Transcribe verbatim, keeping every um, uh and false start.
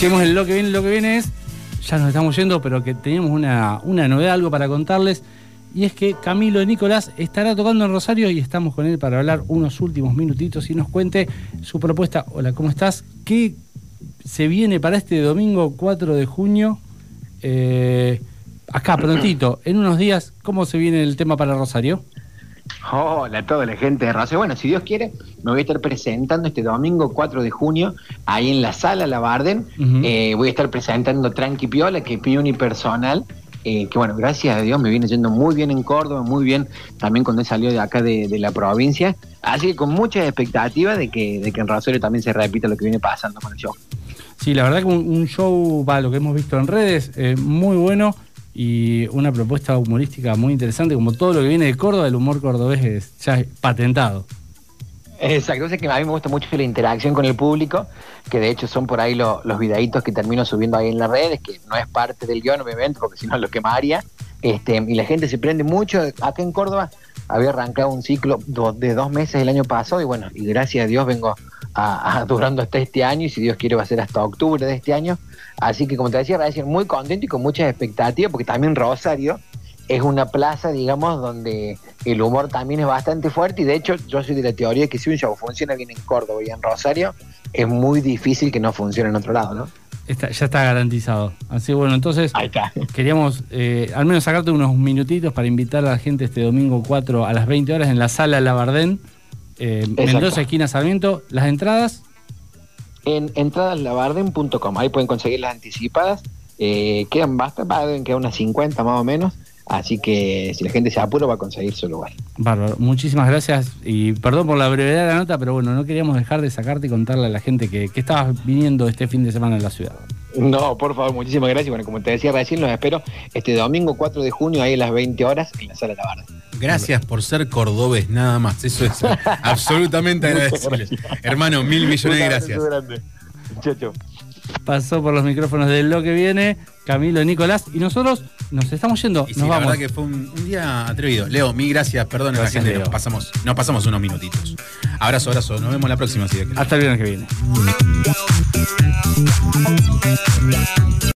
decíamos en lo que viene, lo que viene es, ya nos estamos yendo, pero que teníamos una, una novedad, algo para contarles, y es que Camilo Nicolás estará tocando en Rosario y estamos con él para hablar unos últimos minutitos y nos cuente su propuesta. Hola, ¿cómo estás? ¿Qué se viene para este domingo cuatro de junio? Eh, acá, prontito, en unos días, ¿cómo se viene el tema para Rosario? Hola a toda la gente de Rosario. Bueno, si Dios quiere, me voy a estar presentando este domingo cuatro de junio, ahí en la sala La Barden. Uh-huh. eh, voy a estar presentando Tranqui Piola, que es mi unipersonal, eh, que bueno, gracias a Dios me viene yendo muy bien en Córdoba, muy bien también cuando he salido de acá de, de la provincia. Así que con muchas expectativas de que, de que en Rosario también se repita lo que viene pasando con el show. Sí, la verdad que un, un show, va, lo que hemos visto en redes, eh, muy bueno. Y una propuesta humorística muy interesante, como todo lo que viene de Córdoba, el humor cordobés es ya patentado. Exacto, es que a mí me gusta mucho la interacción con el público, que de hecho son por ahí lo, los videitos que termino subiendo ahí en las redes, que no es parte del guión obviamente, porque si no lo quemaría, este, y la gente se prende mucho. Acá en Córdoba había arrancado un ciclo de dos meses el año pasado, y bueno, y gracias a Dios vengo a, a durando hasta este año, y si Dios quiere va a ser hasta octubre de este año. Así que, como te decía, recién muy contento y con muchas expectativas, porque también Rosario es una plaza, digamos, donde el humor también es bastante fuerte, y de hecho yo soy de la teoría que si un show funciona bien en Córdoba y en Rosario, es muy difícil que no funcione en otro lado, ¿no? Está, ya está garantizado. Así bueno, entonces ahí está. Queríamos eh, al menos sacarte unos minutitos para invitar a la gente este domingo cuatro a las veinte horas en la sala La Barden, eh, Mendoza, esquina Sarmiento. Las entradas en entradas labarden punto com, ahí pueden conseguir las anticipadas, eh, quedan basta, deben quedar unas cincuenta más o menos, así que si la gente se apura va a conseguir su lugar. Bárbaro, muchísimas gracias y perdón por la brevedad de la nota, pero bueno, no queríamos dejar de sacarte y contarle a la gente que, que estabas viniendo este fin de semana en la ciudad. No, por favor, muchísimas gracias. Bueno, como te decía recién, los espero este domingo cuatro de junio ahí a las veinte horas en la sala La Barden. Gracias por ser cordobés, nada más. Eso es absolutamente agradecible. Hermano, mil millones de gracias. Chau, chau. Pasó por los micrófonos de Lo que Viene, Camilo Nicolás, y nosotros nos estamos yendo. Y sí, nos la vamos. verdad que fue un, un día atrevido. Leo, mil gracias, perdón a la gente, nos pasamos, nos pasamos unos minutitos. Abrazo, abrazo, nos vemos la próxima. Si Hasta el viernes que viene.